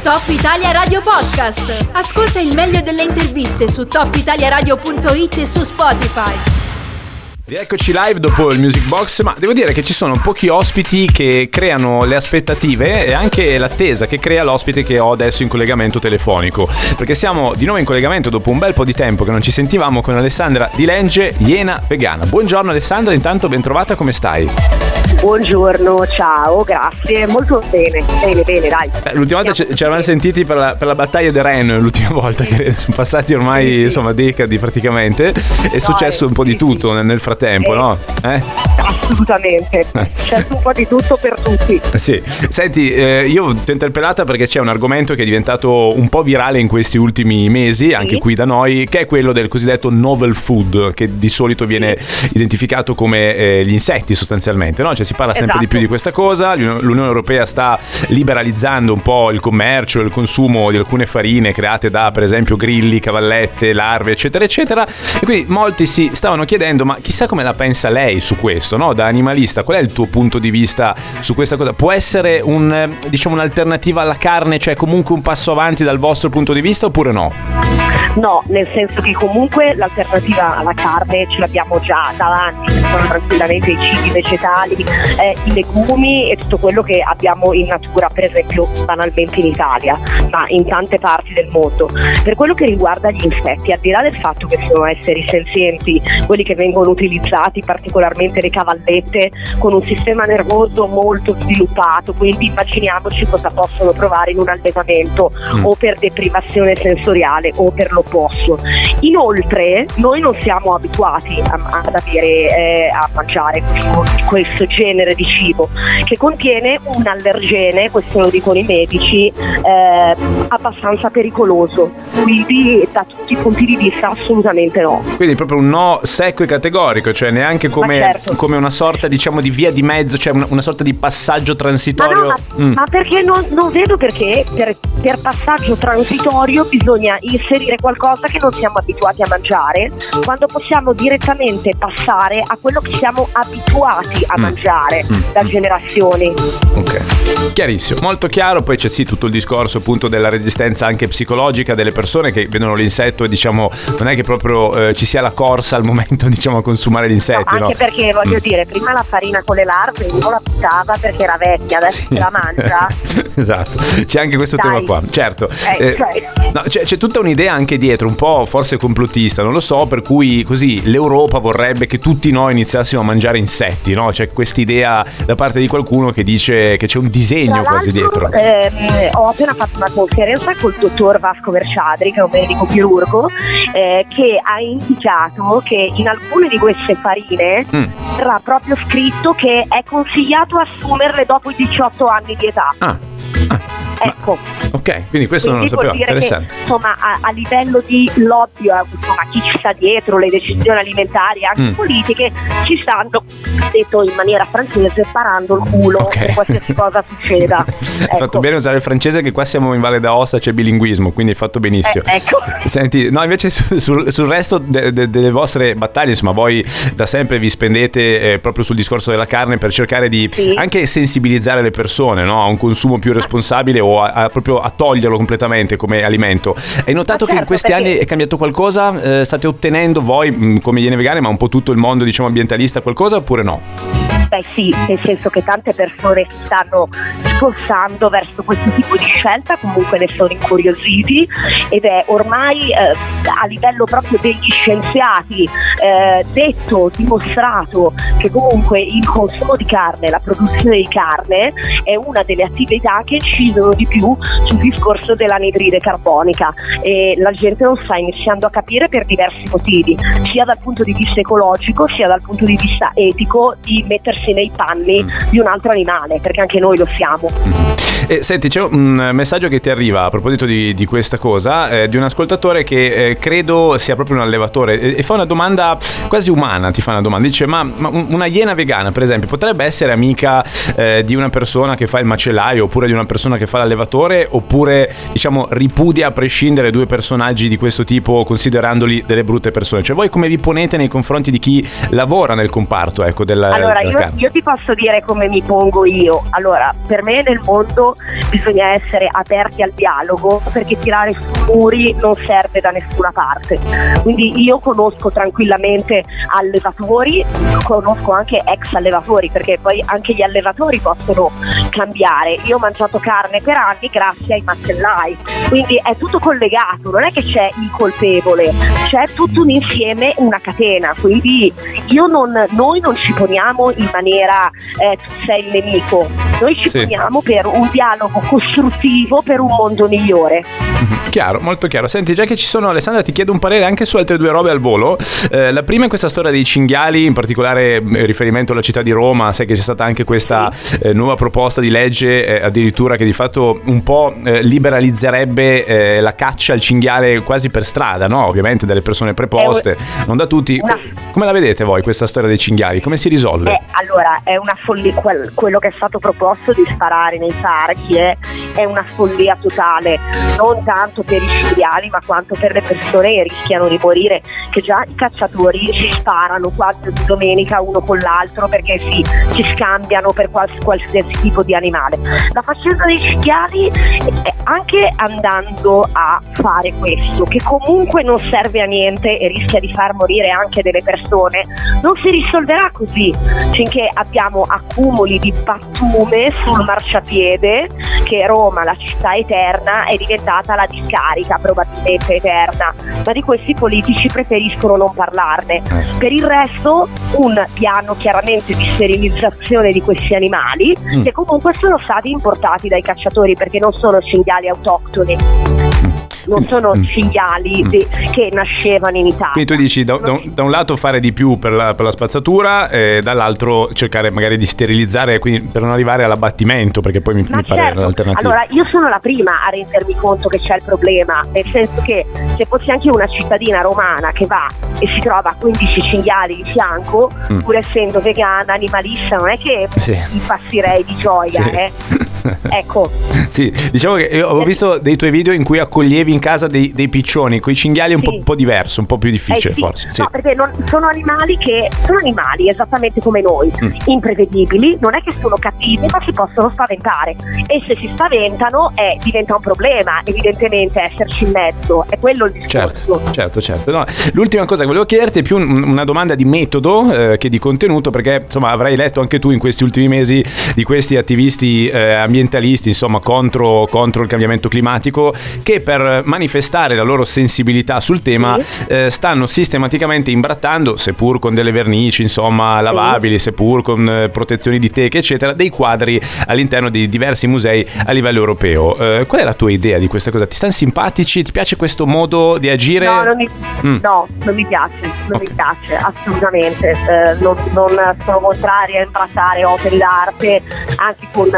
Top Italia Radio Podcast. Ascolta il meglio delle interviste su topitaliaradio.it e su Spotify. Rieccoci live dopo il Music Box, ma devo dire che ci sono pochi ospiti che creano le aspettative e anche l'attesa che crea l'ospite che ho adesso in collegamento telefonico, perché siamo di nuovo in collegamento dopo un bel po' di tempo che non ci sentivamo con Alessandra Di Lenge, Iena Vegana. Buongiorno Alessandra, intanto ben trovata, come stai? Buongiorno, ciao, grazie, molto bene, dai. L'ultima volta ci eravamo sentiti per la battaglia di Rennes, l'ultima volta, che sono passati ormai insomma decadi praticamente, è successo un po' di tutto nel frattempo, no? Assolutamente, c'è un po' di tutto per tutti. Sì, senti, io ti ho interpellata perché c'è un argomento che è diventato un po' virale in questi ultimi mesi, anche qui da noi, che è quello del cosiddetto novel food, che di solito viene identificato come gli insetti sostanzialmente, no? Cioè si parla sempre di più di questa cosa. L'Unione Europea sta liberalizzando un po' il commercio e il consumo di alcune farine create da, per esempio, grilli, cavallette, larve, eccetera eccetera, e quindi molti si stavano chiedendo: ma chissà come la pensa lei su questo, no? Da animalista, qual è il tuo punto di vista su questa cosa? Può essere un'alternativa alla carne, cioè comunque un passo avanti dal vostro punto di vista, oppure no? No, nel senso che comunque l'alternativa alla carne ce l'abbiamo già da anni, sono tranquillamente i cibi vegetali, i legumi e tutto quello che abbiamo in natura, per esempio banalmente in Italia, ma in tante parti del mondo. Per quello che riguarda gli insetti, al di là del fatto che sono esseri senzienti, quelli che vengono utilizzati, particolarmente le cavallette, con un sistema nervoso molto sviluppato, quindi immaginiamoci cosa possono provare in un allevamento o per deprivazione sensoriale o per l'opposto. Inoltre noi non siamo abituati a mangiare questo genere di cibo, che contiene un allergene, questo lo dicono i medici, abbastanza pericoloso, quindi da tutti i punti di vista assolutamente no. Quindi proprio un no secco e categorico, cioè neanche come una sorta, diciamo, di via di mezzo, cioè una sorta di passaggio transitorio. Ma perché non vedo perché per passaggio transitorio bisogna inserire qualcosa che non siamo abituati a mangiare, quando possiamo direttamente passare a quello che siamo abituati a mangiare da generazioni. Ok, chiarissimo, molto chiaro. Poi c'è tutto il discorso appunto della resistenza anche psicologica delle persone che vedono l'insetto e, diciamo, non è che proprio ci sia la corsa al momento, diciamo, a consumare gli insetti, no? Anche perché voglio dire, prima la farina con le larve uno la buttava perché era vecchia, adesso se la mangia. Esatto, c'è anche questo tema qua, certo. No, c'è tutta un'idea anche dietro, un po' forse complottista, non lo so, per cui così l'Europa vorrebbe che tutti noi iniziassimo a mangiare insetti, no? C'è quest'idea da parte di qualcuno che dice che c'è un disegno quasi dietro. Ho appena fatto una conferenza col dottor Vasco Verciadri, che è un medico chirurgo, che ha indicato che in alcune di queste farine era proprio scritto che è consigliato assumerle dopo i 18 anni di età. Ecco. Ok, quindi questo non lo sapevo, interessante. Che, insomma, a livello di lobby, insomma, chi ci sta dietro le decisioni alimentari, anche politiche, ci stanno, detto in maniera francese, parando il culo per qualsiasi cosa succeda. Hai fatto bene a usare il francese, che qua siamo in Valle d'Aosta, c'è bilinguismo, quindi hai fatto benissimo. Ecco. Senti, no, invece sul resto delle vostre battaglie, insomma, voi da sempre vi spendete proprio sul discorso della carne per cercare di anche sensibilizzare le persone, no, a un consumo più responsabile o proprio a toglierlo completamente come alimento. Hai notato che in questi anni è cambiato qualcosa? State ottenendo voi come Iene Vegane, ma un po' tutto il mondo, diciamo, ambientalista, qualcosa, oppure no? Beh sì, nel senso che tante persone si stanno spostando verso questo tipo di scelta, comunque ne sono incuriositi, ed è ormai a livello proprio degli scienziati detto, dimostrato che comunque il consumo di carne, la produzione di carne è una delle attività che incidono di più sul discorso dell'anidride carbonica, e la gente lo sta iniziando a capire per diversi motivi, sia dal punto di vista ecologico sia dal punto di vista etico, di mettersi nei panni di un altro animale, perché anche noi lo siamo. Senti, c'è un messaggio che ti arriva a proposito di questa cosa, di un ascoltatore che credo sia proprio un allevatore, e fa una domanda quasi umana, ti fa una domanda, dice: ma una iena vegana, per esempio, potrebbe essere amica di una persona che fa il macellaio, oppure di una persona che fa l'allevatore, oppure, diciamo, ripudia a prescindere due personaggi di questo tipo, considerandoli delle brutte persone? Cioè, voi come vi ponete nei confronti di chi lavora nel comparto, ecco, della Allora, io chiaro. Io ti posso dire come mi pongo io. Allora, per me nel mondo bisogna essere aperti al dialogo, perché tirare su muri non serve da nessuna parte. Quindi io conosco tranquillamente allevatori, conosco anche ex allevatori, perché poi anche gli allevatori possono cambiare. Io ho mangiato carne per anni grazie ai macellai, quindi è tutto collegato, non è che c'è il colpevole, c'è tutto un insieme, una catena. Quindi noi non ci poniamo in maniera tu sei il nemico, noi ci poniamo per un dialogo costruttivo per un mondo migliore. Chiaro, molto chiaro. Senti, già che ci sono, Alessandra, ti chiedo un parere anche su altre due robe al volo. La prima è questa storia dei cinghiali, in particolare riferimento alla città di Roma. Sai che c'è stata anche questa nuova proposta di legge addirittura che di fatto un po' liberalizzerebbe la caccia al cinghiale quasi per strada, no? Ovviamente dalle persone preposte, non da tutti. Come la vedete voi questa storia dei cinghiali? Come si risolve? Allora, è una follia. Quello che è stato proposto di sparare nei parchi è una follia totale, non tanto per i cinghiali ma quanto per le persone che rischiano di morire, che già i cacciatori si sparano quasi di domenica uno con l'altro perché si scambiano per qualsiasi tipo di animale. La faccenda dei cinghiali, anche andando a fare questo, che comunque non serve a niente e rischia di far morire anche delle persone, non si risolverà così finché abbiamo accumuli di pattume sul marciapiede, che Roma, la città eterna, è diventata la discarica probabilmente eterna, ma di questi politici preferiscono non parlarne. Per il resto un piano chiaramente di sterilizzazione di questi animali che comunque sono stati importati dai cacciatori, perché non sono cinghiali autoctoni, non sono cinghiali che nascevano in Italia. Quindi tu dici da un lato fare di più per la spazzatura e dall'altro cercare magari di sterilizzare, quindi per non arrivare all'abbattimento, perché poi mi pare l'alternativa. Allora io sono la prima a rendermi conto che c'è il problema, nel senso che se fossi anche una cittadina romana che va e si trova 15 cinghiali di fianco, pur essendo vegana, animalista, non è che impazzirei di gioia. Ecco. Sì, diciamo che io ho visto dei tuoi video in cui accoglievi in casa dei piccioni, con i cinghiali è un po' diverso, un po' più difficile forse. No, perché sono animali esattamente come noi, imprevedibili, non è che sono cattivi, ma si possono spaventare, e se si spaventano diventa un problema, evidentemente, esserci in mezzo, è quello il discorso. Certo. No, l'ultima cosa che volevo chiederti è più una domanda di metodo che di contenuto, perché insomma avrai letto anche tu in questi ultimi mesi di questi attivisti ambientalisti, insomma contro il cambiamento climatico, che per manifestare la loro sensibilità sul tema stanno sistematicamente imbrattando, seppur con delle vernici insomma lavabili, seppur con protezioni di teche eccetera, dei quadri all'interno di diversi musei a livello europeo. Qual è la tua idea di questa cosa? Ti stanno simpatici? Ti piace questo modo di agire? No, non mi piace assolutamente. Non sono contraria a imbrattare opere d'arte anche con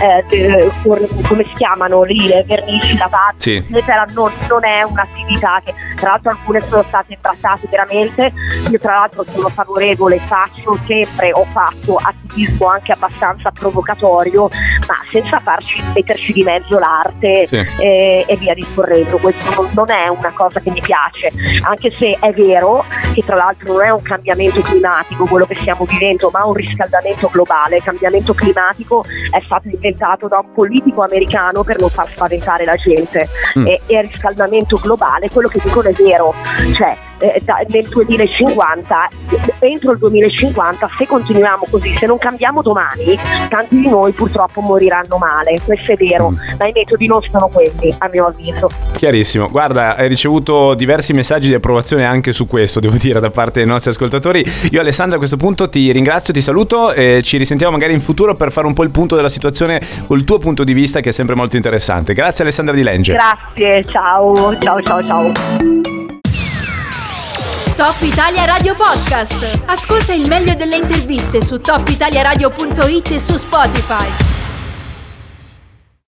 come si chiamano lì, le vernici lavate, eccetera. Non è un'attività che, tra l'altro, alcune sono state imbrattate veramente. Io tra l'altro sono favorevole, ho fatto attivismo anche abbastanza provocatorio, ma senza metterci di mezzo l'arte e via discorrendo. Questo non è una cosa che mi piace, anche se è vero che tra l'altro non è un cambiamento climatico quello che stiamo vivendo, ma un riscaldamento globale. Il cambiamento climatico è stato inventato da un politico americano per non far spaventare la gente, e il riscaldamento globale, quello che dicono è vero, cioè nel 2050, entro il 2050, se continuiamo così, se non cambiamo domani, tanti di noi purtroppo moriranno male. Questo è vero, ma i metodi non sono quelli, a mio avviso. Chiarissimo. Guarda, hai ricevuto diversi messaggi di approvazione anche su questo, devo dire, da parte dei nostri ascoltatori. Io, Alessandra, a questo punto ti ringrazio, ti saluto e ci risentiamo magari in futuro per fare un po' il punto della situazione col tuo punto di vista, che è sempre molto interessante. Grazie Alessandra Di Lenge. Grazie, ciao. Top Italia Radio Podcast. Ascolta il meglio delle interviste su topitaliaradio.it e su Spotify.